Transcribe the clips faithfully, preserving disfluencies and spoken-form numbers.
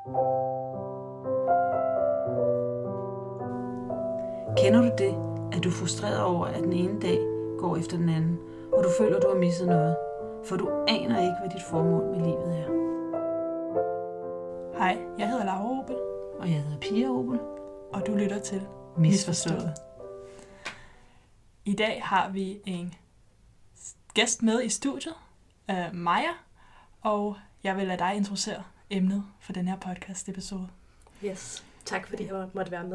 Kender du det, at du er frustreret over, at den ene dag går efter den anden, og du føler, at du har misset noget, for du aner ikke, hvad dit formål med livet er? Hej, jeg hedder Laura Opel. Og jeg hedder Pia Opel. Og du lytter til Misforstået. I dag har vi en gæst med i studiet, uh, Maja, og jeg vil lade dig introducere emnet for den her podcast-episode. Yes, tak fordi jeg måtte være med.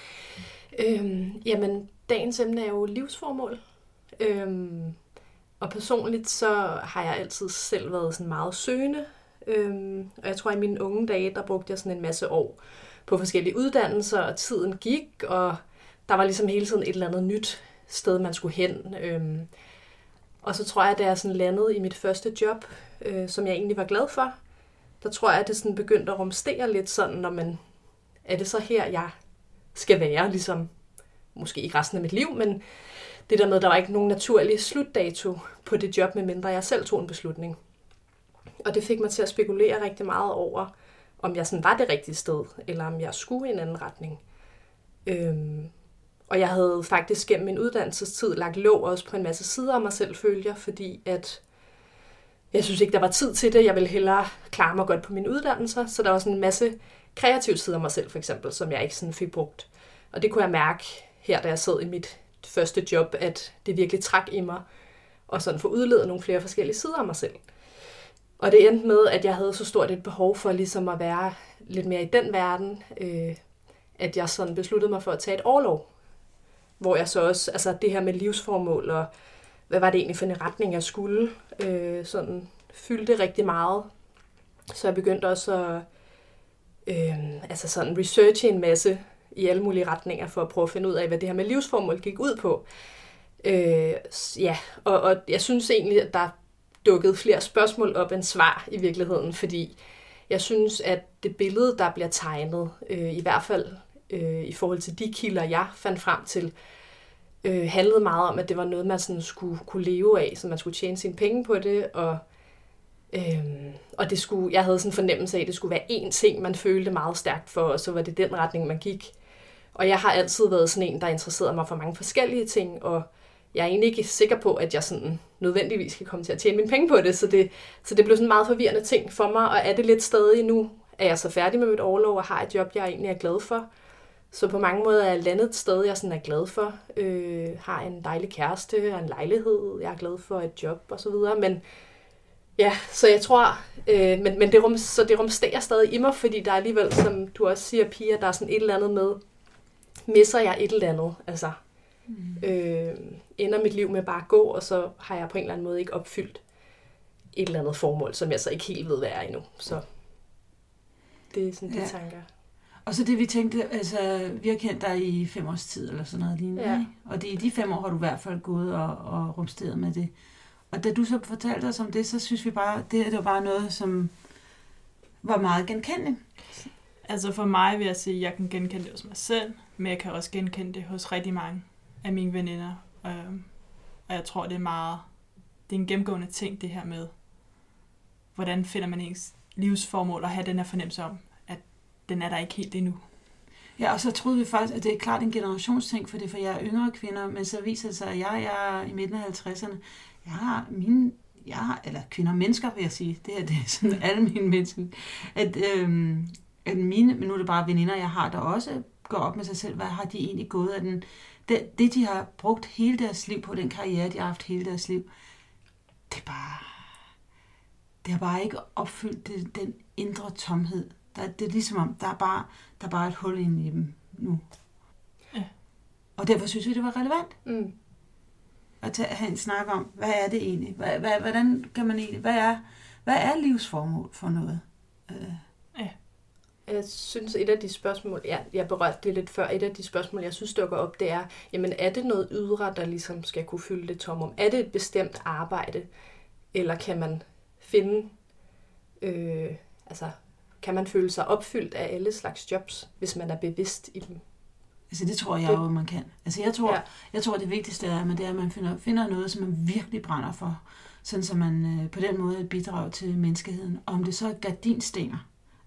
Øhm, jamen, dagens emne er jo livsformål. Øhm, og personligt så har jeg altid selv været sådan meget søgende. Øhm, og jeg tror, at i mine unge dage, der brugte jeg sådan en masse år på forskellige uddannelser, og tiden gik, og der var ligesom hele tiden et eller andet nyt sted, man skulle hen. Øhm, og så tror jeg, at da jeg sådan landede i mit første job, øh, som jeg egentlig var glad for, der tror jeg, at det sådan begyndte at rumstere lidt sådan, når man, er det så her, jeg skal være, ligesom måske ikke resten af mit liv, men det der med, at der var ikke nogen naturlig slutdato på det job, medmindre jeg selv tog en beslutning. Og det fik mig til at spekulere rigtig meget over, om jeg sådan var det rigtige sted, eller om jeg skulle i en anden retning. Øhm, og jeg havde faktisk gennem min uddannelsestid lagt låg også på en masse sider af mig selv, følger, fordi at jeg synes ikke, der var tid til det. Jeg ville hellere klare mig godt på mine uddannelser, så der var sådan en masse kreative sider af mig selv, for eksempel, som jeg ikke sådan fik brugt. Og det kunne jeg mærke her, da jeg sad i mit første job, at det virkelig trak i mig, og sådan få udledet nogle flere forskellige sider af mig selv. Og det endte med, at jeg havde så stort et behov for ligesom at være lidt mere i den verden, øh, at jeg sådan besluttede mig for at tage et orlov, hvor jeg så også, altså det her med livsformål, og hvad var det egentlig for en retning, jeg skulle, øh, sådan fyldte rigtig meget. Så jeg begyndte også at øh, altså sådan researche en masse i alle mulige retninger, for at prøve at finde ud af, hvad det her med livsformål gik ud på. Øh, ja, og, og jeg synes egentlig, at der dukkede flere spørgsmål op end svar i virkeligheden, fordi jeg synes, at det billede, der bliver tegnet, øh, i hvert fald øh, i forhold til de kilder, jeg fandt frem til, øh, handlede meget om, at det var noget, man sådan skulle kunne leve af, så man skulle tjene sine penge på det, og, øh, og det skulle, jeg havde sådan en fornemmelse af, at det skulle være én ting, man følte meget stærkt for, og så var det den retning, man gik. Og jeg har altid været sådan en, der interesserede mig for mange forskellige ting, og jeg er egentlig ikke sikker på, at jeg sådan nødvendigvis kan komme til at tjene mine penge på det, så det, så det blev sådan en meget forvirrende ting for mig, og er det lidt stadig nu, er jeg så færdig med mit orlov og har et job, jeg egentlig er glad for. Så på mange måder er jeg landet et sted, jeg sådan er glad for. Øh, har en dejlig kæreste og en lejlighed, jeg er glad for et job og så videre, men ja, så jeg tror, øh, men, men det, rum, så det rumsterer stadig i mig, fordi der er alligevel, som du også siger, Pia, der er sådan et eller andet med, misser jeg et eller andet, altså mm. øh, ender mit liv med bare at gå, og så har jeg på en eller anden måde ikke opfyldt et eller andet formål, som jeg så ikke helt ved, hvad er endnu. Så det er sådan de ja. tanker. Og så det vi tænkte, altså vi har kendt dig i fem års tid, eller sådan noget lignende, ja. Og det, i de fem år har du i hvert fald gået og, og rumsteret med det. Og da du så fortalte os om det, så synes vi bare, det, det var bare noget, som var meget genkendeligt. Altså for mig vil jeg sige, at jeg kan genkende det hos mig selv, men jeg kan også genkende det hos rigtig mange af mine veninder. Og jeg tror, det er meget, det er en gennemgående ting, det her med, hvordan finder man ens livsformål og have den her fornemmelse om, at den er der ikke helt endnu. Ja, og så troede vi faktisk, at det er klart en generationsting, for det er for jer er yngre kvinder, men så viser det sig, at jeg, jeg er i midten af halvtredserne. Jeg har mine, jeg har, eller kvinder, mennesker vil jeg sige, det er, det er sådan alle mine mennesker, at, øhm, at mine, men nu er det bare veninder, jeg har, der også går op med sig selv, hvad har de egentlig gået af den, det, det de har brugt hele deres liv på, den karriere, de har haft hele deres liv, det er bare, det har bare ikke opfyldt det, den indre tomhed. Der, det er ligesom om, der er bare, der er bare et hul inde i dem nu. Ja. Og derfor synes vi, det var relevant. Mm. At tage, have en snak om, hvad er det egentlig? Hvad, hvad, hvordan kan man egentlig, hvad er, hvad er livsformål for noget? Øh. Ja. Jeg synes, et af de spørgsmål, ja, jeg berørte det lidt før, et af de spørgsmål, jeg synes dukker op, det er, jamen er det noget ydre, der ligesom skal kunne fylde det tomrum? Er det et bestemt arbejde? Eller kan man finde, øh, altså kan man føle sig opfyldt af alle slags jobs, hvis man er bevidst i dem? Altså det tror jeg jo, man kan. Altså jeg tror, ja. jeg tror det vigtigste er, at, det er, at man finder, finder noget, som man virkelig brænder for, sådan så man øh, på den måde bidrager til menneskeheden. Og om det så er gardinstænger,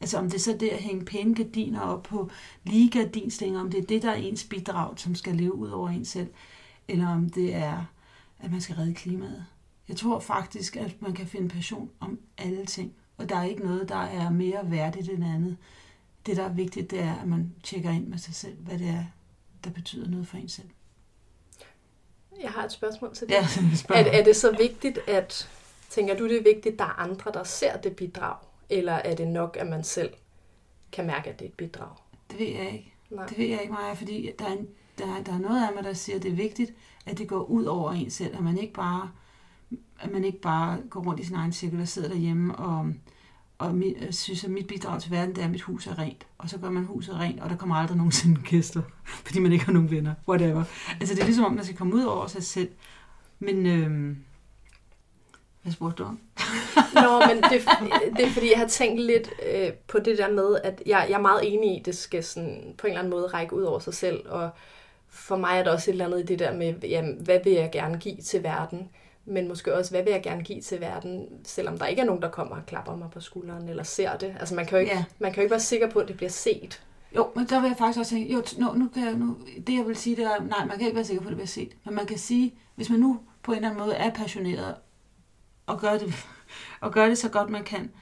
Altså om det er så det at hænge pæne gardiner op på lige gardinstænger, om det er det, der er ens bidrag, som skal leve ud over en selv, eller om det er, at man skal redde klimaet. Jeg tror faktisk, at man kan finde passion om alle ting, og der er ikke noget, der er mere værdigt end andet. Det, der er vigtigt, det er, at man tjekker ind med sig selv, hvad det er, der betyder noget for en selv. Jeg har et spørgsmål til det. Ja, er, er det så vigtigt, at, tænker du, det er vigtigt, at der er andre, der ser det bidrag? Eller er det nok, at man selv kan mærke, at det er et bidrag? Det ved jeg ikke. Nej. Det ved jeg ikke, Maja, fordi der er, en, der, der er noget af mig, der siger, at det er vigtigt, at det går ud over en selv, at man ikke bare, at man ikke bare går rundt i sin egen cirkel og sidder derhjemme og, og mit, synes, at mit bidrag til verden, det er, at mit hus er rent. Og så gør man huset rent, og der kommer aldrig nogensinde gæster, fordi man ikke har nogen venner. Whatever. Altså det er ligesom om, man skal komme ud over sig selv. Men øhm, hvad spurgte du om? Nå, men det, det er fordi, jeg har tænkt lidt øh, på det der med, at jeg, jeg er meget enig i, at det skal sådan, på en eller anden måde række ud over sig selv. Og for mig er der også et eller andet i det der med, jamen, hvad vil jeg gerne give til verden? Men måske også, hvad vil jeg gerne give til verden, selvom der ikke er nogen, der kommer og klapper mig på skulderen eller ser det. Altså man kan jo ikke, ja. man kan jo ikke være sikker på, at det bliver set. Jo, men der vil jeg faktisk også tænke, jo, nu, nu kan jeg, nu, det jeg vil sige, det er, nej, man kan ikke være sikker på, at det bliver set. Men man kan sige, hvis man nu på en eller anden måde er passioneret og gør det, og gør det så godt man kan,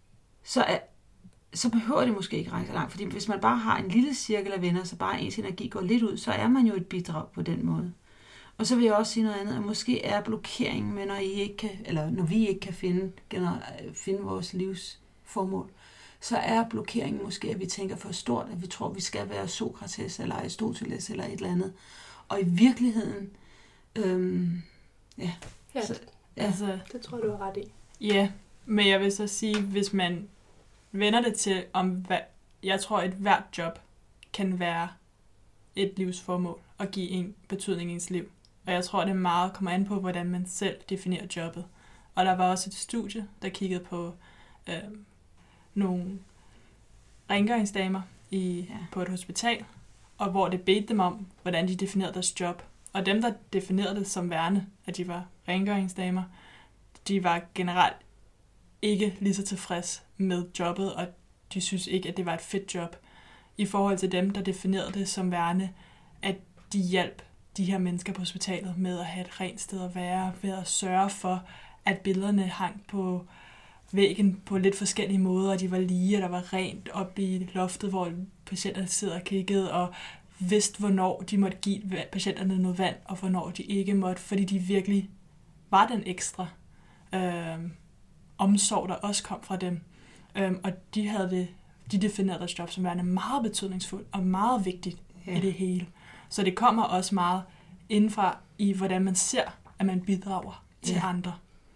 så, er, så behøver det måske ikke række så langt. Fordi hvis man bare har en lille cirkel af venner, så bare ens energi går lidt ud, så er man jo et bidrag på den måde. Og så vil jeg også sige noget andet, at måske er blokeringen med, når, I ikke kan, eller når vi ikke kan finde, finde vores livsformål, så er blokeringen måske, at vi tænker for stort, at vi tror, at vi skal være Sokrates eller Aristoteles eller et eller andet. Og i virkeligheden, øhm, ja. Ja, så, ja. Altså, det tror jeg, du har ret i. Ja, men jeg vil så sige, hvis man vender det til, om hvad, jeg tror, et hvert job kan være et livsformål og give en betydning i ens liv. Og jeg tror, det meget kommer an på, hvordan man selv definerer jobbet. Og der var også et studie, der kiggede på øh, nogle rengøringsdamer i, ja. på et hospital, og hvor det bedte dem om, hvordan de definerede deres job. Og dem, der definerede det som værende, at de var rengøringsdamer, de var generelt ikke lige så tilfreds med jobbet, og de synes ikke, at det var et fedt job. I forhold til dem, der definerede det som værende, at de hjalp de her mennesker på hospitalet med at have et rent sted at være, ved at sørge for, at billederne hang på væggen på lidt forskellige måder, og de var lige, og der var rent oppe i loftet, hvor patienterne sidder og kiggede, og vidste, hvornår de måtte give patienterne noget vand, og hvornår de ikke måtte, fordi de virkelig var den ekstra øh, omsorg, der også kom fra dem. Øh, og de havde det, de definerede deres job som værende meget betydningsfuldt og meget vigtigt ja. i det hele. Så det kommer også meget indenfra i, hvordan man ser, at man bidrager til ja. andre.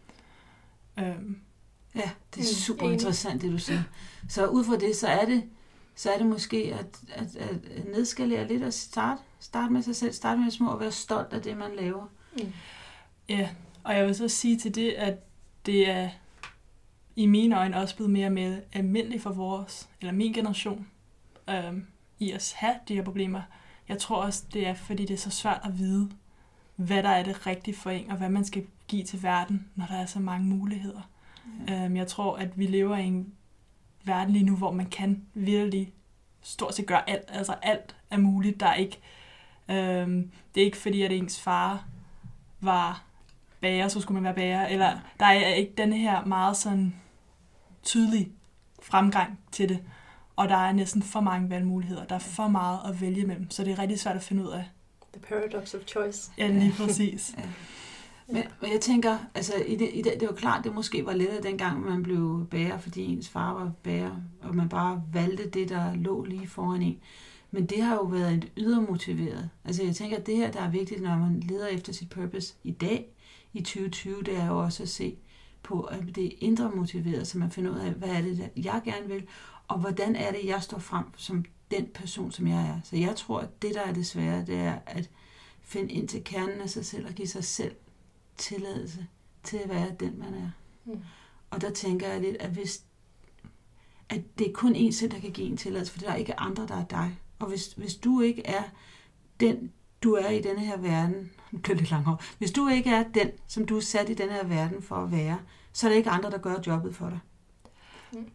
Øhm. Ja, det er super interessant, det du siger. Så ud fra det, så er det, så er det måske at, at, at nedskalere lidt og starte, starte med sig selv, starte med små og være stolt af det, man laver. Mm. Ja, og jeg vil så sige til det, at det er i mine øjne også blevet mere og mere almindeligt for vores, eller min generation, øhm, i at have de her problemer. Jeg tror også, det er, fordi det er så svært at vide, hvad der er det rigtige for en, og hvad man skal give til verden, når der er så mange muligheder. Ja. Øhm, jeg tror, at vi lever i en verden lige nu, hvor man kan virkelig stort set gøre alt. Altså alt er muligt. Der er ikke, øhm, det er ikke fordi, at ens far var bager, så skulle man være bager. Eller der er ikke den her meget sådan tydelig fremgang til det. Og der er næsten for mange valgmuligheder. Der er for meget at vælge mellem. Så det er rigtig svært at finde ud af. The paradox of choice. Ja, lige præcis. Ja. Men, men jeg tænker, altså i det, i det, det var klart, det måske var lettere dengang, man blev bager, fordi ens far var bager, og man bare valgte det, der lå lige foran en. Men det har jo været et ydermotiveret. Altså jeg tænker, at det her, der er vigtigt, når man leder efter sit purpose i dag, i tyve tyve, det er jo også at se på, at det er indre motiveret, så man finder ud af, hvad er det, jeg gerne vil, og hvordan er det, jeg står frem som den person, som jeg er. Så jeg tror, at det, der er det svære, det er at finde ind til kernen af sig selv, og give sig selv tilladelse til at være den, man er. Mm. Og der tænker jeg lidt, at hvis at det er kun en selv, der kan give en tilladelse, for der er ikke andre, der er dig. Og hvis, hvis du ikke er den, du er i denne her verden, nu bliver det lidt langt over, hvis du ikke er den, som du er sat i denne her verden for at være, så er der ikke andre, der gør jobbet for dig. Mm.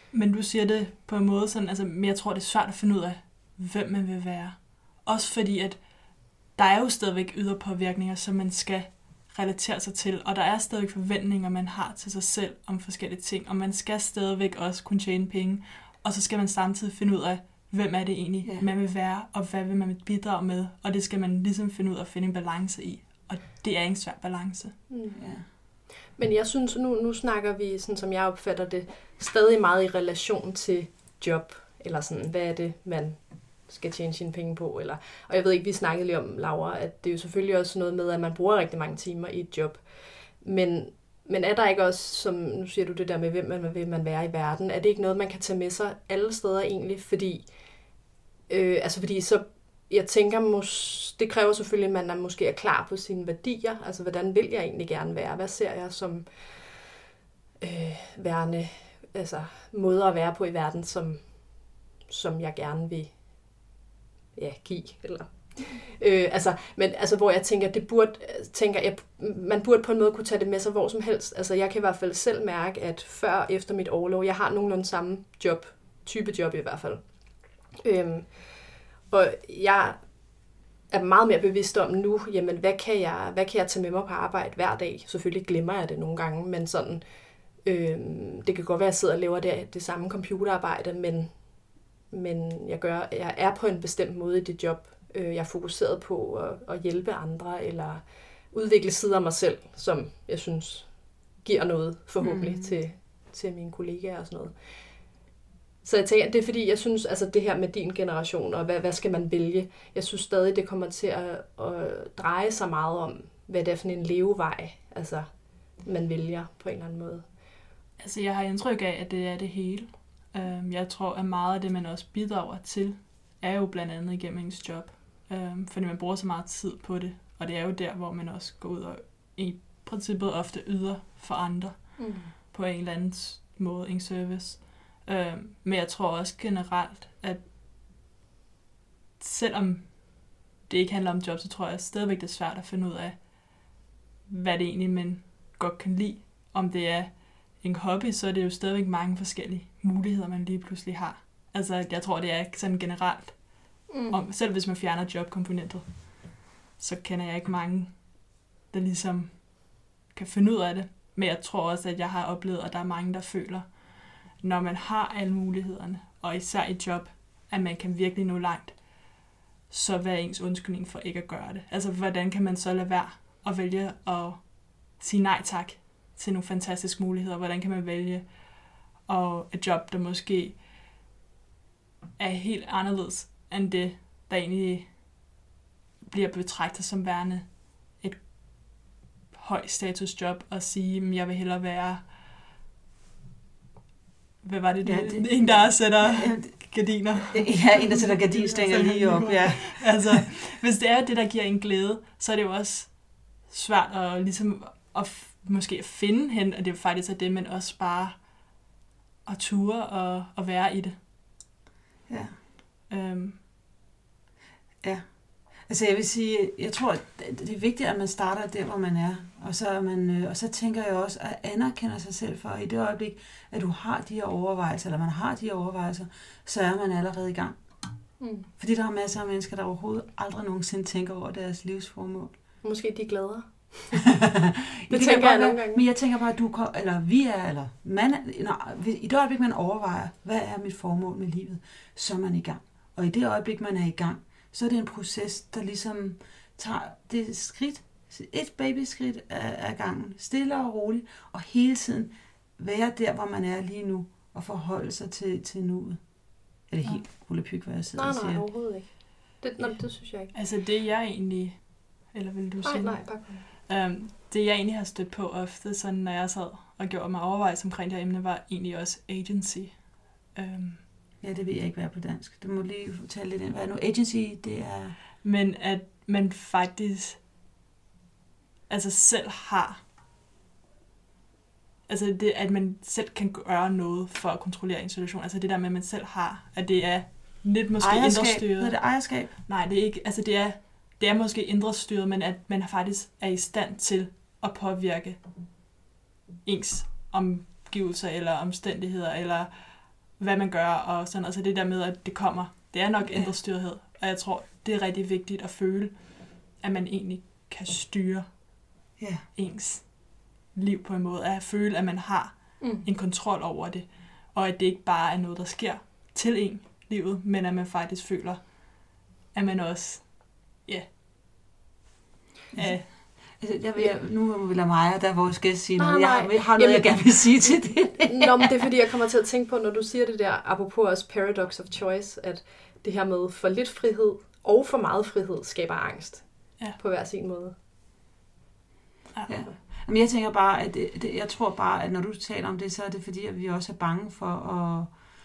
Men du siger det på en måde sådan, altså, men jeg tror, det er svært at finde ud af, hvem man vil være. Også fordi, at der er jo stadigvæk yderpåvirkninger, som man skal relatere sig til, og der er stadigvæk forventninger, man har til sig selv om forskellige ting, og man skal stadigvæk også kunne tjene penge, og så skal man samtidig finde ud af, hvem er det egentlig, ja. man vil være, og hvad vil man bidrage med, og det skal man ligesom finde ud af at finde en balance i, og det er en svær balance. Mm. Ja. Men jeg synes, nu, nu snakker vi, sådan som jeg opfatter det, stadig meget i relation til job, eller sådan, hvad er det, man skal tjene sine penge på, eller, og jeg ved ikke, vi snakkede lige om, Laura, at det er jo selvfølgelig også noget med, at man bruger rigtig mange timer i et job, men, men er der ikke også, som nu siger du det der med, hvem man vil man være i verden, er det ikke noget, man kan tage med sig alle steder egentlig, fordi, øh, altså fordi så, jeg tænker, mås, det kræver selvfølgelig, at man er, måske er klar på sine værdier, altså hvordan vil jeg egentlig gerne være, hvad ser jeg som øh, værende, altså måder at være på i verden, som, som jeg gerne vil ja, give, eller øh, altså, men altså, hvor jeg tænker, det burde, tænker jeg, man burde på en måde kunne tage det med sig hvor som helst. Altså, jeg kan i hvert fald selv mærke, at før og efter mit orlov, jeg har nogenlunde samme job, type job i hvert fald. Øhm, og jeg er meget mere bevidst om nu, jamen, hvad kan jeg, hvad kan jeg tage med mig på arbejde hver dag? Selvfølgelig glemmer jeg det nogle gange, men sådan, øhm, det kan godt være, at jeg sidder og laver det, det samme computerarbejde, men men jeg, gør, jeg er på en bestemt måde i det job. Jeg er fokuseret på at, at hjælpe andre, eller udvikle sider af mig selv, som jeg synes giver noget forhåbentlig mm. til, til mine kollegaer og sådan noget. Så jeg tænker, det er fordi, jeg synes, altså det her med din generation, og hvad, hvad skal man vælge, jeg synes stadig, det kommer til at, at dreje sig meget om, hvad det er for en levevej, altså man vælger på en eller anden måde. Altså jeg har indtryk af, at det er det hele. Jeg tror, at meget af det, man også bidrager til, er jo blandt andet igennem ens job. Fordi man bruger så meget tid på det. Og det er jo der, hvor man også går ud og i princippet ofte yder for andre mm. på en eller anden måde, en service. Men jeg tror også generelt, at selvom det ikke handler om job, så tror jeg stadigvæk, det er svært at finde ud af, hvad det egentlig man godt kan lide. Om det er en hobby, så er det jo stadigvæk mange forskellige muligheder, man lige pludselig har. Altså, jeg tror, det er sådan generelt. Mm. Om, selv hvis man fjerner jobkomponentet, så kender jeg ikke mange, der ligesom kan finde ud af det. Men jeg tror også, at jeg har oplevet, at der er mange, der føler, når man har alle mulighederne, og især i job, at man kan virkelig nå langt, så hvad er ens undskyldning for ikke at gøre det? Altså, hvordan kan man så lade være at vælge at sige nej tak til nogle fantastiske muligheder? Hvordan kan man vælge og et job, der måske er helt anderledes end det, der egentlig bliver betragtet som værende et høj status job, og sige, at jeg vil hellere være, hvad var det, det, ja, det en, der sætter ja, gardiner? Ja, en, der sætter gardinstænger lige op, ja. Altså, hvis det er det, der giver en glæde, så er det jo også svært at ligesom at måske finde hen, at det faktisk er det, men også bare at ture og, og være i det. Ja. Øhm. Ja. Altså jeg vil sige, jeg tror, det er vigtigt, at man starter der, hvor man er. Og så, er man, og så tænker jeg også, at anerkende sig selv for, at i det øjeblik, at du har de her overvejelser, eller man har de her overvejelser, så er man allerede i gang. Mm. Fordi der er masser af mennesker, der overhovedet aldrig nogensinde tænker over deres livsformål. Måske de glæder. det, det tænker jeg nogle gange. Men jeg tænker bare, at du eller vi er, eller man, nej, i det øjeblik, man overvejer, hvad er mit formål med livet, så er man i gang. Og i det øjeblik, man er i gang, så er det en proces, der ligesom tager det skridt, et babyskridt af, af gangen, stille og roligt, og hele tiden være der, hvor man er lige nu, og forholde sig til, til nuet. Er det helt volapyk, hvad jeg sidder nej, og siger? Nej, nej, overhovedet ikke. Det, nej, det synes jeg ikke. Altså det jeg egentlig, eller vil du sige? Nej, nej, bare um, det jeg egentlig har stødt på ofte, sådan når jeg sad og gjorde mig overvejelse omkring det her emne, var egentlig også agency. Um, Ja, det ved jeg ikke, hvad er på dansk. Du må lige fortælle lidt ind. Hvad er nu? Agency, det er... Men at man faktisk altså selv har... Altså det, at man selv kan gøre noget for at kontrollere en situation. Altså det der med, at man selv har, at det er lidt måske ejerskab. Indre styret. Hedder det ejerskab? Nej, det er ikke. Altså det er, det er måske indre styret, men at man faktisk er i stand til at påvirke ens omgivelser eller omstændigheder, eller hvad man gør, og sådan, altså det der med, at det kommer, det er nok indre styrhed, og jeg tror, det er rigtig vigtigt at føle, at man egentlig kan styre ja. ens liv på en måde, at føle, at man har Mm. en kontrol over det, og at det ikke bare er noget, der sker til en livet, men at man faktisk føler, at man også, ja, ja. Øh, Altså, jeg vil, nu vil jeg mig, der er vores gæst sige noget. Nej, Jeg nej. har, har noget, Jamen, jeg gerne vil sige til det. Nå, men det er fordi, jeg kommer til at tænke på, når du siger det der, apropos også paradox of choice, at det her med for lidt frihed og for meget frihed skaber angst. Ja. På hver sin måde. ja. Ja. Men jeg tænker bare, at det, det, jeg tror bare, at når du taler om det, så er det fordi, at vi også er bange for at...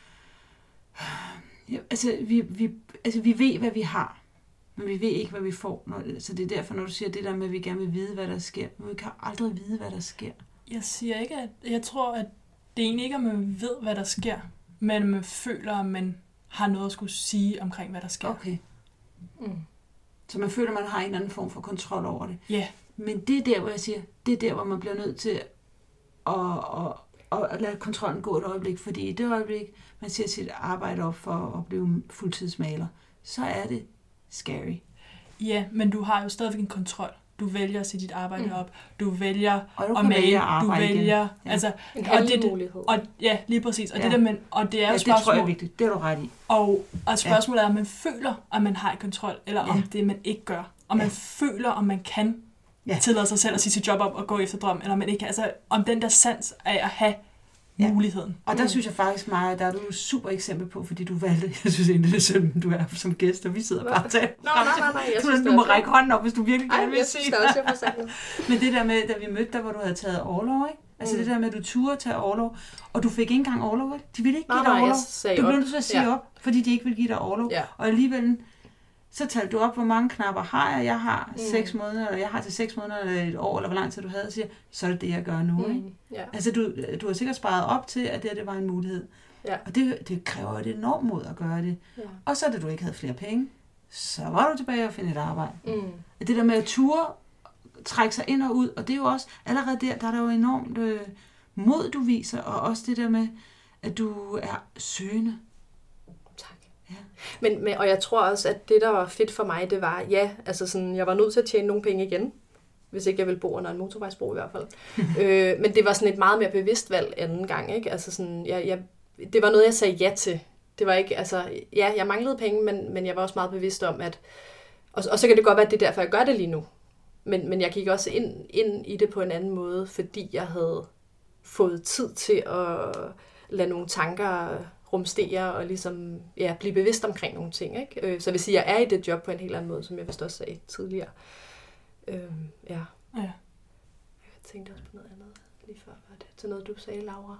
Ja, altså, vi, vi, altså, vi ved, hvad vi har, men vi ved ikke, hvad vi får. Når, så det er derfor, når du siger det der med, at vi gerne vil vide, hvad der sker. Men vi kan aldrig vide, hvad der sker. Jeg siger ikke, at jeg tror, at det er egentlig ikke, at man ved, hvad der sker, men man føler, at man har noget at skulle sige omkring, hvad der sker. Okay. Mm. Så man føler, at man har en eller anden form for kontrol over det. Ja. Men det er der, hvor jeg siger, det er der, hvor man bliver nødt til at, at, at lade kontrollen gå et øjeblik. Fordi i det øjeblik, man ser sit arbejde op for at blive fuldtidsmaler, så er det scary. Ja, men du har jo stadigvæk en kontrol. Du vælger at sætte dit arbejde mm. op. Du vælger og du at male. Du vælger... Ja. Altså, en og det, mulighed. og, ja, lige præcis. Og, ja. det, der, men, og det er jo ja, spørgsmål... det tror jeg er vigtigt. Det er du ret i. Og, og spørgsmålet ja. er, om man føler, at man har en kontrol, eller ja. om det, man ikke gør. Om man ja. føler, om man kan ja. tillade sig selv at sige sit job op og gå efter drøm, eller om man ikke kan. Altså, om den der sans af at have ja. muligheden. Og der mm. synes jeg faktisk, Maja, der er du et super eksempel på, fordi du valgte, jeg synes egentlig, det er synd, du er som gæst, og vi sidder bare og taler. Nå, nej, nej, nej, jeg du, synes du må række hånden op, hvis du virkelig gerne vil jeg sige synes også, jeg får sagt noget. Men det der med, da vi mødte dig, hvor du havde taget orlov, ikke? Altså mm. det der med, at du turde tage orlov, og du fik ikke engang orlov, ikke? De ville ikke give nej, dig nej, orlov. Du blev nødt til at sige ja. op, fordi de ikke ville give dig orlov. Ja. Og alligevel, så talte du op, hvor mange knapper har jeg? Jeg har mm. seks måneder, eller jeg har til seks måneder, eller et år, eller hvor lang tid du havde, og siger, så er det det, jeg gør nu, mm. ikke? Ja. Altså du, du har sikkert sparet op til, at det, det var en mulighed. Ja. Og det, det kræver et enormt mod at gøre det. Ja. Og så da du ikke havde flere penge, så var du tilbage og finde et arbejde. Mm. Det der med at ture, trække sig ind og ud, og det er jo også, allerede der, der er der jo enormt øh, mod, du viser, og også det der med, at du er søgende. Tak. Ja. Men, men, og jeg tror også, at det, der var fedt for mig, det var, ja, altså sådan, jeg var nødt til at tjene nogle penge igen, hvis ikke jeg ville bo under en motorvejsbro i hvert fald. øh, men det var sådan et meget mere bevidst valg anden gang, ikke? Altså sådan, jeg, jeg, det var noget, jeg sagde ja til. Det var ikke, altså, ja, jeg manglede penge, men, men jeg var også meget bevidst om, at, og, og så kan det godt være, at det er derfor, jeg gør det lige nu. Men, men jeg gik også ind, ind i det på en anden måde, fordi jeg havde fået tid til at lade nogle tanker rumstere og ligesom, ja, blive bevidst omkring nogle ting. Ikke? Så jeg vil sige, at jeg er i det job på en helt anden måde, som jeg vist også sagde tidligere. Øhm, ja. ja. Jeg tænkte også på noget andet lige før. Var det til noget, du sagde, Laura?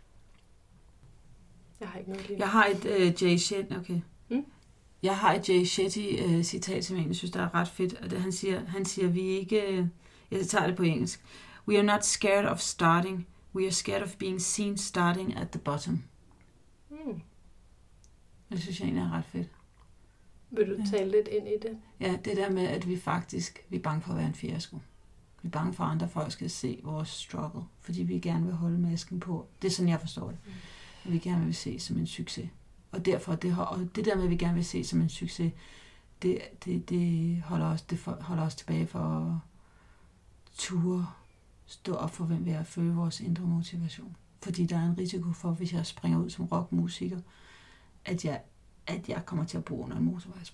Jeg har ikke noget lige. Jeg har et uh, Jay Shetty, okay. Hmm? Jeg har et Jay Shetty uh, citat, som jeg egentlig synes, der er ret fedt. Og det, han siger, han siger, vi ikke, uh, jeg tager det på engelsk. We are not scared of starting. We are scared of being seen starting at the bottom. Hmm. Det synes jeg egentlig er ret fedt. Vil du Ja. tale lidt ind i det? Ja, det der med, at vi faktisk, vi er bange for at være en fiasko. Vi er bange for, at andre folk skal se vores struggle, fordi vi gerne vil holde masken på. Det er sådan, jeg forstår det. Mm. Vi gerne vil se som en succes. Og derfor, det, og det der med, at vi gerne vil se som en succes, det, det, det, holder, os, det holder os tilbage for at ture, stå op for, hvem vi er, og føle vores indre motivation. Fordi der er en risiko for, hvis jeg springer ud som rockmusiker, at jeg, at jeg kommer til at bo under en motorvejsbro.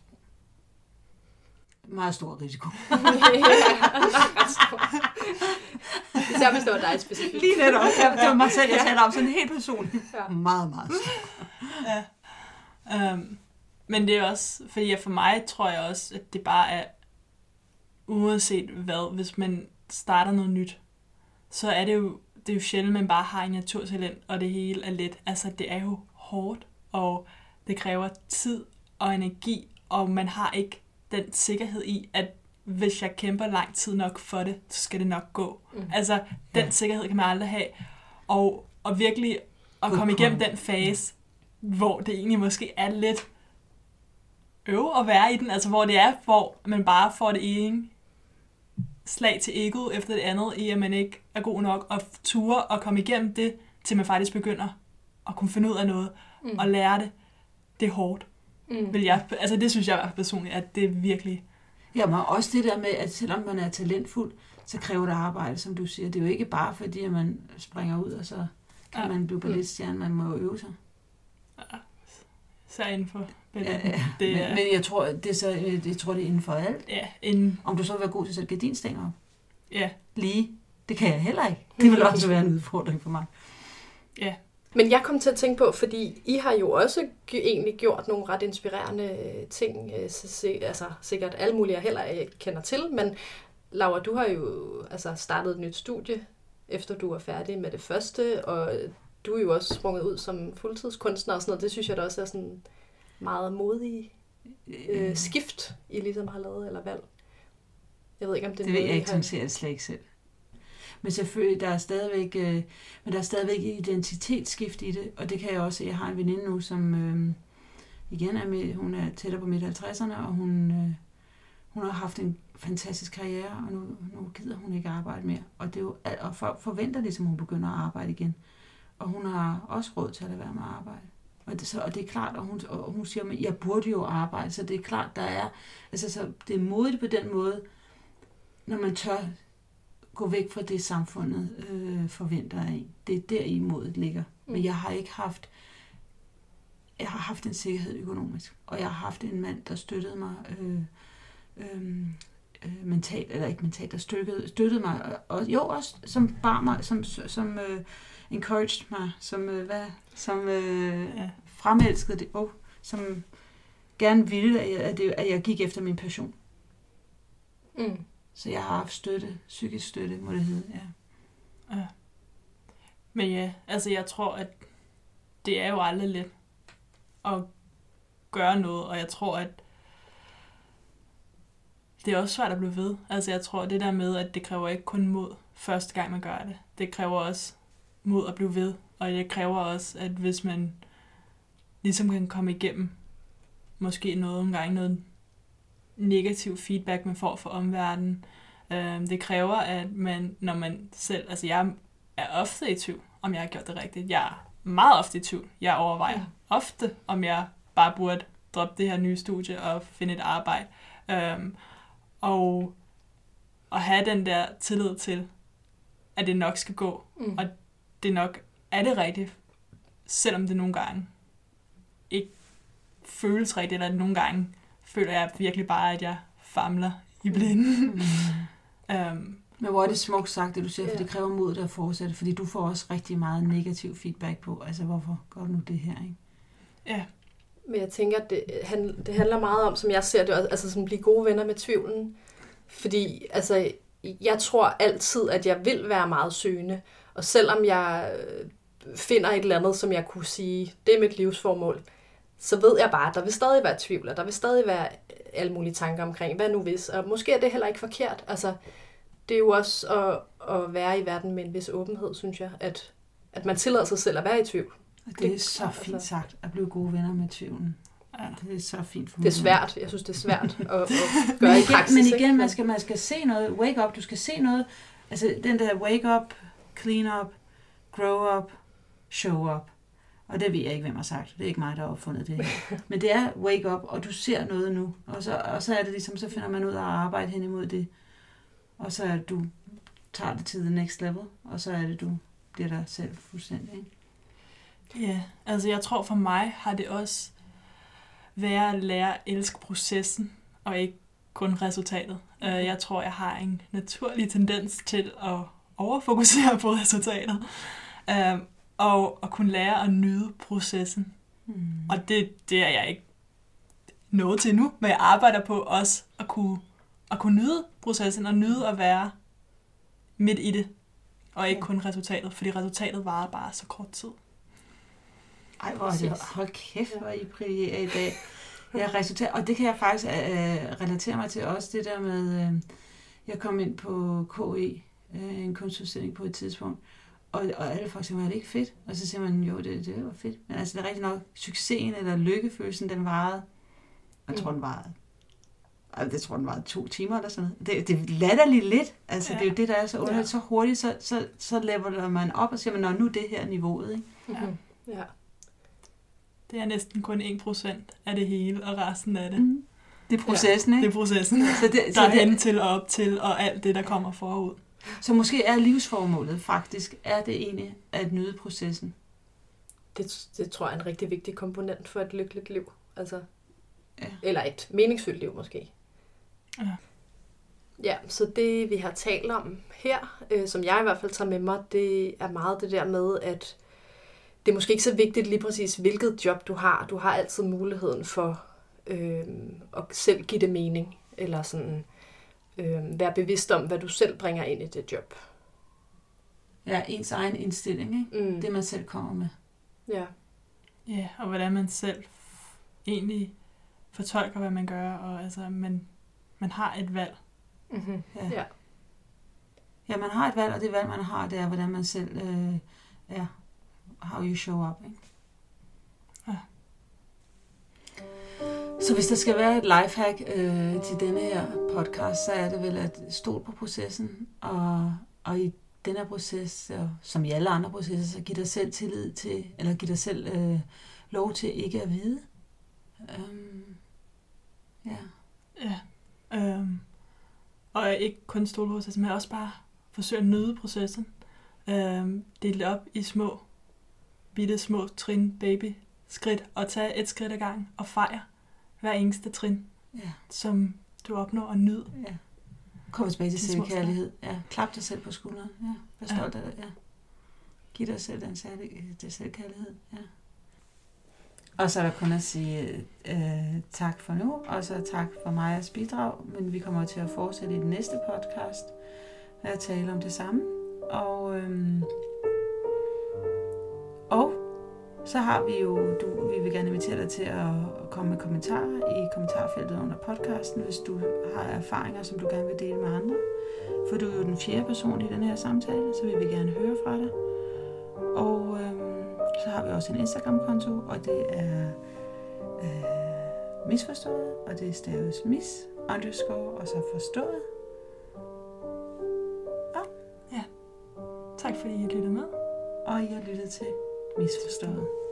Meget stor risiko. Ja, ret stor. Især hvis det var dig specifikt. Lige netop. Ja, det var mig selv, jeg taler om sådan helt personligt. Ja. Meget, meget stor. Ja. Um, men det er også, fordi for mig tror jeg også, at det bare er, uanset hvad, hvis man starter noget nyt, så er det jo, det er jo sjældent, man bare har en naturtalent, og det hele er let. Altså, det er jo hårdt, og det kræver tid og energi, og man har ikke den sikkerhed i, at hvis jeg kæmper lang tid nok for det, så skal det nok gå. Mm. Altså, den ja. sikkerhed kan man aldrig have. Og, og virkelig at Good komme point. igennem den fase, ja. hvor det egentlig måske er lidt øve at være i den, altså hvor det er, hvor man bare får det ene slag til egoet efter det andet, i at man ikke er god nok, og ture og komme igennem det, til man faktisk begynder at kunne finde ud af noget, mm. og lære det, det er hårdt. Mm. Vil jeg, altså det synes jeg i hvert fald personligt, at det er virkelig... Ja, men også det der med, at selvom man er talentfuld, så kræver det arbejde, som du siger. Det er jo ikke bare fordi, at man springer ud, og så kan ja. man blive balletstjerne. Man må jo øve sig. Ja. Så inden for balletten. Ja, ja. Det, men, men jeg tror, det er så, jeg tror, det er inden for alt. Ja, inden... Om du så vil være god til at sætte gardinstænger op. Ja. Lige. Det kan jeg heller ikke. Det vil også være en udfordring for mig. Ja. Men jeg kom til at tænke på, fordi I har jo også egentlig gjort nogle ret inspirerende ting, altså sikkert alle mulige, jeg heller ikke kender til, men Laura, du har jo altså startet et nyt studie, efter du var færdig med det første, og du er jo også sprunget ud som fuldtidskunstner og sådan noget. Det synes jeg da også er sådan meget modig øh, skift, I ligesom har lavet, eller valg. Jeg ved ikke, om det er det ved jeg ikke, har... som ser det slet ikke selv. Men selvfølgelig, der er stadigvæk, øh, men der er stadigvæk identitetsskift i det, og det kan jeg også se. Jeg har en veninde nu, som øh, igen er med, hun er tættere på midt halvtredserne, og hun, øh, hun har haft en fantastisk karriere, og nu, nu gider hun ikke arbejde mere. Og, det er jo, og folk forventer ligesom, hun begynder at arbejde igen. Og hun har også råd til at lade være med at arbejde. Og det, så, og det er klart, og hun, og hun siger, at jeg burde jo arbejde, så det er klart, der er, altså så det er modigt på den måde, når man tør gå væk fra det, samfundet øh, forventer af en. Det er der i modet ligger. Mm. Men jeg har ikke haft, jeg har haft en sikkerhed økonomisk, og jeg har haft en mand, der støttede mig øh, øh, øh, mentalt, eller ikke mentalt, der støttede, støttede mig, og, og jo også, som bar mig, som, som øh, encouraged mig, som, øh, hvad, som øh, ja. fremelskede det, oh, som gerne ville, at jeg, at, det, at jeg gik efter min passion. Mm. Så jeg har haft støtte, psykisk støtte, må det hedde, ja. ja. Men ja, altså jeg tror, at det er jo aldrig let at gøre noget, og jeg tror, at det er også svært at blive ved. Altså jeg tror, det der med, at det kræver ikke kun mod første gang, man gør det. Det kræver også mod at blive ved, og det kræver også, at hvis man ligesom kan komme igennem måske noget omgang, noget negativ feedback, man får fra omverdenen. Øh, det kræver, at man, når man selv, altså jeg er ofte i tvivl, om jeg har gjort det rigtigt. Jeg er meget ofte i tvivl. Jeg overvejer ja. ofte, om jeg bare burde droppe det her nye studie og finde et arbejde. Øh, og at have den der tillid til, at det nok skal gå, mm. og det nok er det rigtigt, selvom det nogle gange ikke føles rigtigt, eller nogle gange føler jeg virkelig bare, at jeg famler i blinden. Mm. um, Men hvor er det smukt sagt, det du siger, for det kræver mod at fortsætte, fordi du får også rigtig meget negativ feedback på, altså hvorfor gør du nu det her, ikke? Ja. Men jeg tænker, at det, det handler meget om, som jeg ser det, altså som blive gode venner med tvivlen. Fordi, altså, jeg tror altid, at jeg vil være meget søgende, og selvom jeg finder et eller andet, som jeg kunne sige, det er mit livsformål, så ved jeg bare, at der vil stadig være tvivl, og der vil stadig være alle mulige tanker omkring, hvad nu hvis, og måske er det heller ikke forkert. Altså, det er jo også at, at være i verden med en vis åbenhed, synes jeg, at, at man tillader sig selv at være i tvivl. Og det er så fint sagt, at blive gode venner med tvivlen. Ja, det er så fint for mig. Det er svært. Jeg synes, det er svært at, at gøre i praksis. Men igen, man skal, man skal se noget. Wake up. Du skal se noget. Altså, den der wake up, clean up, grow up, show up. Og det ved jeg ikke, hvem har sagt. Det er ikke mig, der har opfundet det her. Men det er wake up, og du ser noget nu. Og så, og så er det ligesom, så finder man ud af at arbejde hen imod det. Og så er det, du tager det til the next level. Og så er det, du bliver der selv fuldstændig. Ikke? Ja, altså jeg tror for mig har det også været at lære at elske processen, og ikke kun resultatet. Jeg tror, jeg har en naturlig tendens til at overfokusere på resultatet. Og at kunne lære at nyde processen. Mm. Og det, det er jeg ikke nået til nu, men jeg arbejder på også at kunne, at kunne nyde processen, og nyde at være midt i det, og ikke kun resultatet, fordi resultatet varer bare så kort tid. Ej, hvor er det, hold kæft, hvor I privilegerer i dag. Ja, resultat, og det kan jeg faktisk øh, relatere mig til også, det der med, øh, jeg kom ind på K E, øh, en kunstudstilling på et tidspunkt, og, og alle folk siger, er det ikke fedt? Og så siger man, jo, det, det var fedt. Men altså, det er rigtig nok, succesen eller lykkefølelsen, den varede, jeg tror, den varede, jeg tror, den varede to timer eller sådan noget. Det, det er latterligt lidt, altså ja. Det er jo det, der er så underligt, ja. Så hurtigt, så, så, så leveler man op og siger, man, nå, nu er det her niveauet, ikke? Ja. Ja. det er næsten kun en procent af det hele, og resten af det. Mm. Det er processen, ja, ikke? Det er processen. Så det, så der er det, hen til og op til, og alt det, der kommer forud. Så måske er livsformålet faktisk, er det egentlig at nyde processen? Det, det tror jeg er en rigtig vigtig komponent for et lykkeligt liv. Altså, ja. Eller et meningsfyldt liv måske. Ja. Ja, så det vi har talt om her, øh, som jeg i hvert fald tager med mig, det er meget det der med, at det er måske ikke så vigtigt lige præcis, hvilket job du har. Du har altid muligheden for øh, at selv give det mening, eller sådan øh, være bevidst om, hvad du selv bringer ind i det job. Ja, ens egen indstilling, ikke? Mm. Det man selv kommer med. Ja. Ja, og hvordan man selv egentlig fortolker, hvad man gør, og altså, man, man har et valg. Mm-hmm. Ja. Ja. Ja, man har et valg, og det valg, man har, det er, hvordan man selv øh, er. How you show up, ikke? Ja. Så hvis der skal være et lifehack øh, til denne her podcast, så er det vel at stole på processen, og, og i den her proces, og som i alle andre processer, så giv dig selv tillid til, eller giv dig selv øh, lov til ikke at vide. Um, ja. Ja. Øhm, og ikke kun stole på processen, men også bare forsøge at nyde processen. Øhm, dele op i små, bitte små trin, baby skridt, og tage et skridt ad gangen, og fejre hver eneste trin, ja. som du opnår at nyde. Ja. Kom tilbage til selvkærlighed. Ja. Klap dig selv på skulderen. Ja. Vær stolt af det. Ja. Giv dig selv den særlig, det selvkærlighed. Ja. Og så er der kun at sige øh, tak for nu, og så tak for Majas bidrag, men vi kommer til at fortsætte i den næste podcast, med at tale om det samme. Og, øhm, og så har vi jo, du, vi vil gerne invitere dig til at komme med kommentarer i kommentarfeltet under podcasten, hvis du har erfaringer, som du gerne vil dele med andre. For du er jo den fjerde person i den her samtale, så vi vil gerne høre fra dig. Og øhm, så har vi også en Instagram-konto, og det er øh, misforstået, og det staves mis underscore, og så forstået. Og, ja. Tak fordi I lyttede med. Og I har lyttet til Misforstået.